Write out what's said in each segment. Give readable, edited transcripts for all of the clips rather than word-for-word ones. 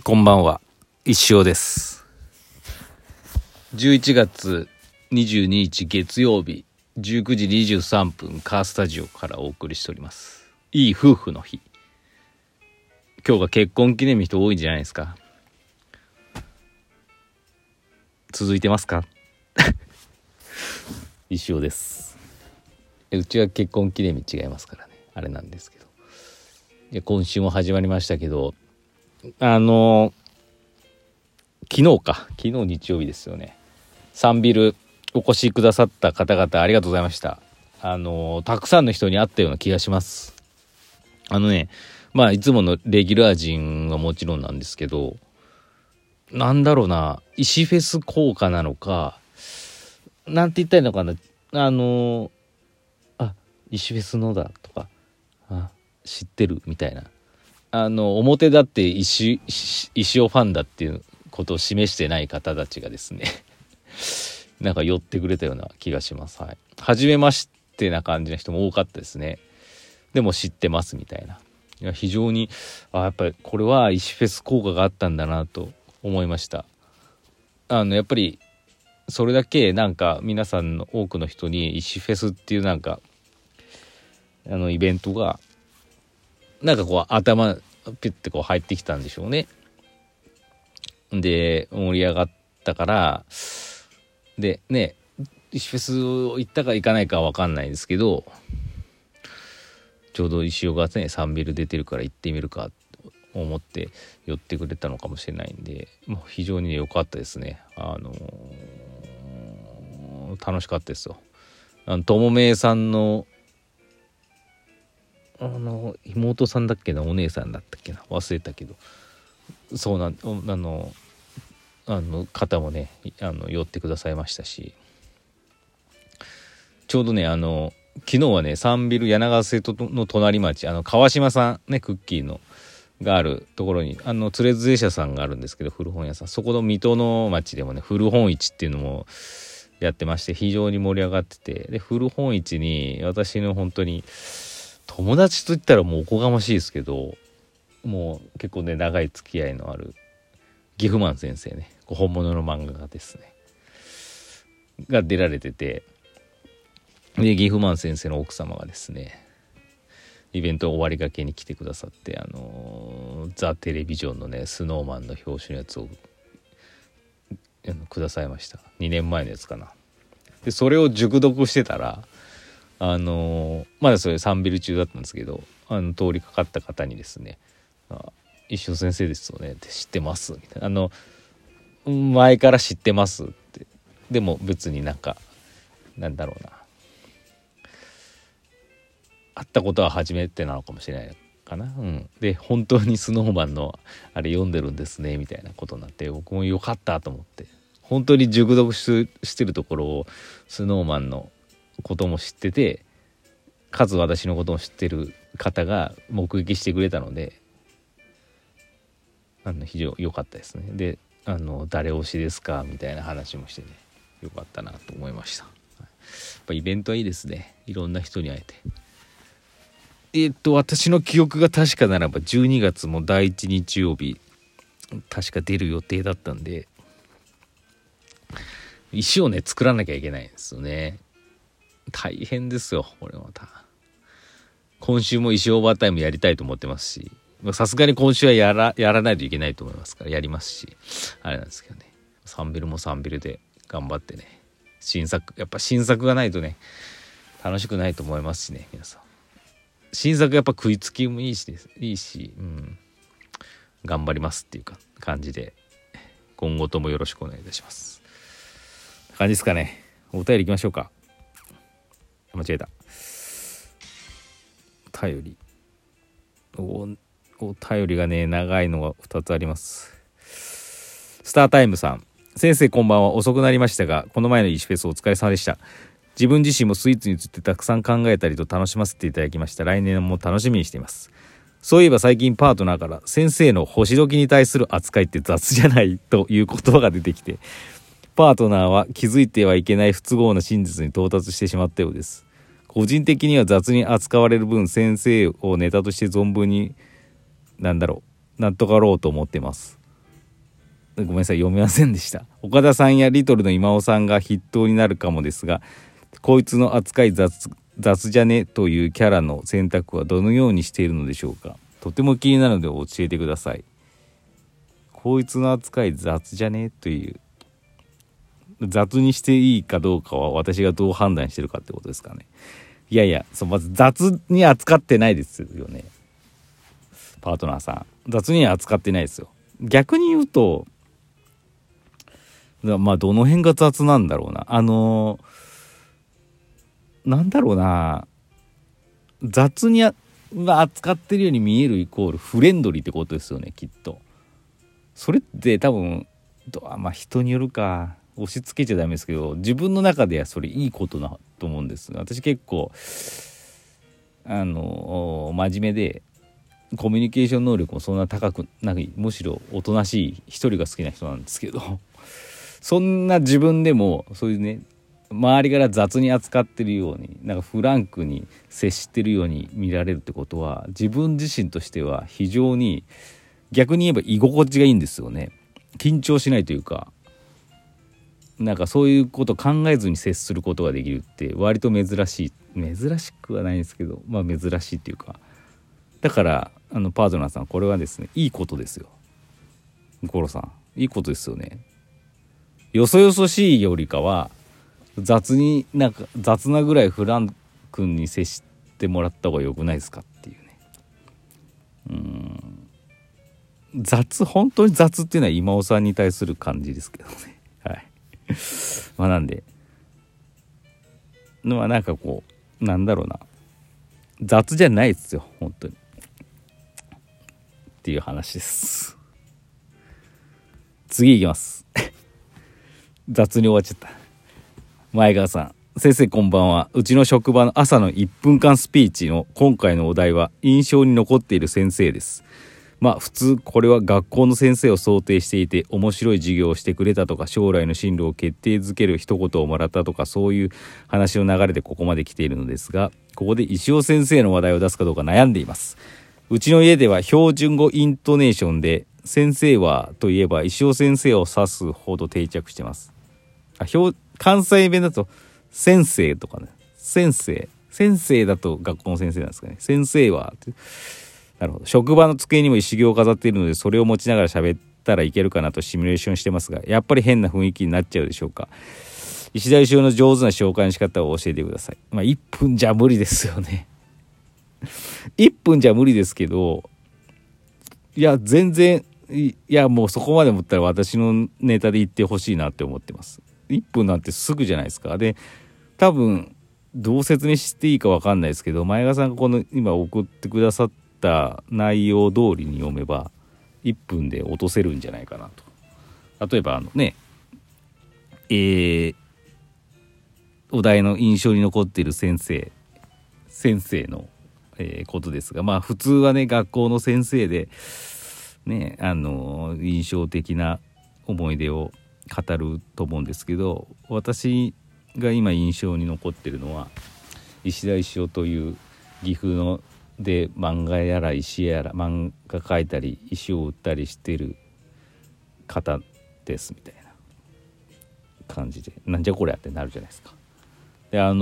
こんばんは、石尾です。11月22日月曜日19時23分カースタジオからお送りしております。いい夫婦の日。今日が結婚記念日人多いんじゃないですか。続いてますか石尾です。うちは結婚記念日違いますからね、あれなんですけど。今週も始まりましたけど、昨日日曜日ですよね。サンビルお越しくださった方々ありがとうございました。たくさんの人に会ったような気がします。いつものレギュラー陣はもちろんなんですけど、なんだろうな、石フェス効果なのか、なんて言ったらいいのかな、石フェスのだとか、知ってるみたいな。表だって石尾ファンだっていうことを示してない方たちがですねなんか寄ってくれたような気がします。はい。初めましてな感じの人も多かったですね。でも知ってますみたいな。いや非常にやっぱりこれは石フェス効果があったんだなと思いました。やっぱりそれだけなんか皆さんの多くの人に石フェスっていうなんかイベントがなんかこう頭ピュッてこう入ってきたんでしょうね。で盛り上がったからでね、石フェス行ったか行かないかは分かんないですけど、ちょうど石尾がねサンビル出てるから行ってみるかと思って寄ってくれたのかもしれないんで、もう非常に良かったですね。楽しかったですよ。ともめいさんの妹さんだっけな、お姉さんだったっけな、忘れたけど、そうなん方もね寄ってくださいましたし、ちょうどね昨日はねサンビル柳ヶ瀬の隣町川島さんね、クッキーのがあるところにつれづれ社さんがあるんですけど、古本屋さん、そこの水戸の町でもね古本市っていうのもやってまして、非常に盛り上がってて、で古本市に私の本当に友達と言ったらもうおこがましいですけど、もう結構ね長い付き合いのあるギフマン先生ね、本物の漫画家ですねが出られてて、でギフマン先生の奥様がですねイベント終わりがけに来てくださって、ザ・テレビジョンのねスノーマンの表紙のやつをくださいました。2年前のやつかな。でそれを熟読してたらまだそれサンビル中だったんですけど、通りかかった方にですね、石尾先生ですよねって、知ってますみたいな、前から知ってますって、でも別になんだろうな、会ったことは初めてなのかもしれないかな。で本当にスノーマンのあれ読んでるんですねみたいなことになって、僕もよかったと思って、本当に熟読してるところをスノーマンのことも知ってて、かつ私のことも知ってる方が目撃してくれたので非常に良かったですね。で誰推しですかみたいな話もしてね、良かったなと思いました。やっぱイベントはいいですね、いろんな人に会えて。私の記憶が確かならば12月も第1日曜日確か出る予定だったんで、石をね作らなきゃいけないんですよね。大変ですよこれまた。今週も石オーバータイムやりたいと思ってますし、さすがに今週はやらないといけないと思いますからやりますし、あれなんですけどね、サンビルもサンビルで頑張ってね、やっぱ新作がないとね楽しくないと思いますしね。皆さん新作やっぱ食いつきもいいし、頑張りますっていう感じで、今後ともよろしくお願いいたします。感じですかね。お便りいきましょうか。間違えた。お便りがね長いのが2つあります。スタータイムさん、先生こんばんは。遅くなりましたがこの前の石フェスお疲れ様でした。自分自身もスイーツについてたくさん考えたりと楽しませていただきました。来年も楽しみにしています。そういえば最近パートナーから先生の星時に対する扱いって雑じゃないという言葉が出てきて、パートナーは気づいてはいけない不都合な真実に到達してしまったようです。個人的には雑に扱われる分、先生をネタとして存分になんとかろうと思ってます。 ごめんなさい、読めませんでした。岡田さんやリトルの今尾さんが筆頭になるかもですが、こいつの扱い雑じゃねというキャラの選択はどのようにしているのでしょうか。とても気になるので教えてください。こいつの扱い雑じゃねという、雑にしていいかどうかは私がどう判断してるかってことですかね。いやいや、まず雑に扱ってないですよね。パートナーさん雑には扱ってないですよ。逆に言うと、まあどの辺が雑なんだろうな。なんだろうな、雑に扱ってるように見えるイコールフレンドリーってことですよね、きっと。それって多分まあ人によるか、押し付けちゃダメですけど、自分の中ではそれいいことだと思うんです。私結構真面目でコミュニケーション能力もそんな高くない、むしろおとなしい一人が好きな人なんですけど、そんな自分でもそういうね、周りから雑に扱ってるように、なんかフランクに接してるように見られるってことは、自分自身としては非常に、逆に言えば居心地がいいんですよね。緊張しないというか、なんかそういうこと考えずに接することができるって割と珍しくはないんですけど、まあ珍しいっていうか、だからパートナーさん、これはですね、いいことですよ。ゴロさん、いいことですよね。よそよそしいよりかは雑なぐらいフランクに接してもらった方が良くないですかっていうね。本当に雑っていうのは今尾さんに対する感じですけどね。はい。まあなんでのはなんかこう、なんだろうな、雑じゃないですよ本当にっていう話です。次いきます。雑に終わっちゃった。前川さん、先生こんばんは。うちの職場の朝の1分間スピーチの今回のお題は印象に残っている先生です。まあ普通これは学校の先生を想定していて、面白い授業をしてくれたとか、将来の進路を決定づける一言をもらったとか、そういう話の流れでここまで来ているのですが、ここで石尾先生の話題を出すかどうか悩んでいます。うちの家では標準語イントネーションで、先生はといえば石尾先生を指すほど定着してます。関西弁だと先生とかね、先生だと学校の先生なんですかね。先生はって、なるほど。職場の机にも石行を飾っているので、それを持ちながら喋ったらいけるかなとシミュレーションしてますが、やっぱり変な雰囲気になっちゃうでしょうか。石田石尾の上手な紹介の仕方を教えてください。まあ1分じゃ無理ですよね。1分じゃ無理ですけど、いや全然、いやもうそこまで思ったら私のネタで言ってほしいなって思ってます。1分なんてすぐじゃないですか。で多分どう説明していいか分かんないですけど、前川さんがこの今送ってくださった内容通りに読めば1分で落とせるんじゃないかなと。例えばお題の印象に残っている先生の、ことですが、まあ普通はね、学校の先生でね、印象的な思い出を語ると思うんですけど、私が今印象に残ってるのは石田石尾という岐阜ので漫画やら石やら漫画描いたり石を売ったりしてる方ですみたいな感じで、なんじゃこりゃってなるじゃないですか。でこ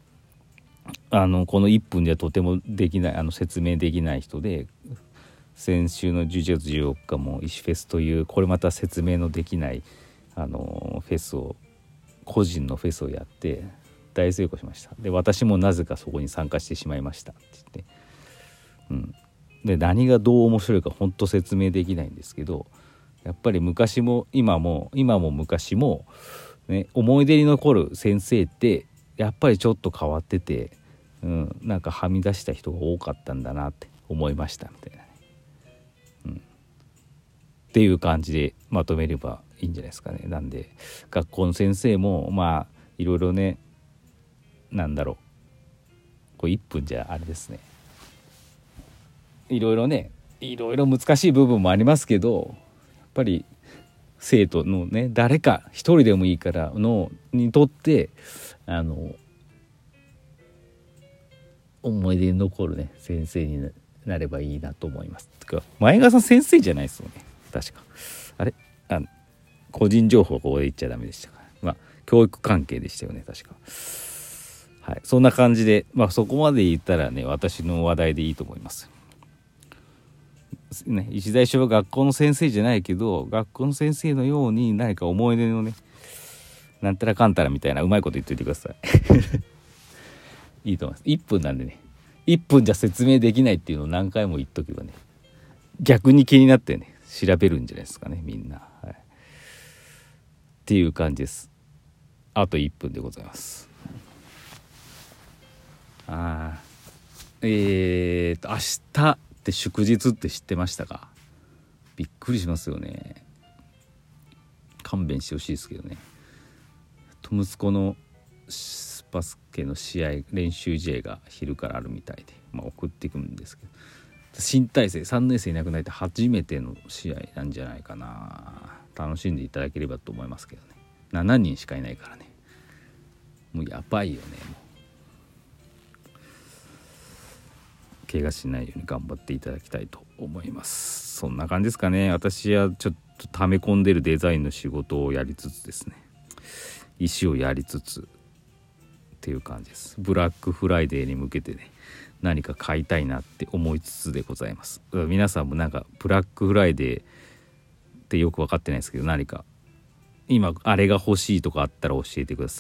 の1分ではとてもできない説明できない人で、先週の11月14日も石フェスというこれまた説明のできないフェスを、個人のフェスをやって大成功しました。で私もなぜかそこに参加してしまいましたって言って、で何がどう面白いか本当説明できないんですけど、やっぱり昔も今も昔も、ね、思い出に残る先生ってやっぱりちょっと変わってて、なんかはみ出した人が多かったんだなって思いましたみたいな、っていう感じでまとめればいいんじゃないですかね。なんで学校の先生もまあいろいろね、なんだろう、こう1分じゃあれですね、いろいろ難しい部分もありますけど、やっぱり生徒のね、誰か一人でもいいからにとって思い出に残るね先生になればいいなと思います。てか前川さん先生じゃないですよね確か。あれ個人情報をここで言っちゃダメでしたから、まあ教育関係でしたよね確か。はい、そんな感じで、まあそこまで言ったらね私の話題でいいと思います。ね、石田一生は学校の先生じゃないけど学校の先生のように何か思い出のねなんたらかんたらみたいなうまいこと言っといてくださいいいと思います。1分なんでね、1分じゃ説明できないっていうのを何回も言っとけばね逆に気になってね調べるんじゃないですかねみんな、はい、っていう感じです。あと1分でございます。明日って祝日って知ってましたか？びっくりしますよね。勘弁してほしいですけどね。息子のバスケの試合練習試合が昼からあるみたいで、まあ、送っていくんですけど、新体制3年生いなくなって初めての試合なんじゃないかな。楽しんでいただければと思いますけどね。7人しかいないからね、もうやばいよね。もう怪我しないように頑張っていただきたいと思います。そんな感じですかね。私はちょっと溜め込んでるデザインの仕事をやりつつですね、石をやりつつっていう感じです。ブラックフライデーに向けてね何か買いたいなって思いつつでございます。皆さんもなんかブラックフライデーってよく分かってないですけど、何か今あれが欲しいとかあったら教えてくださ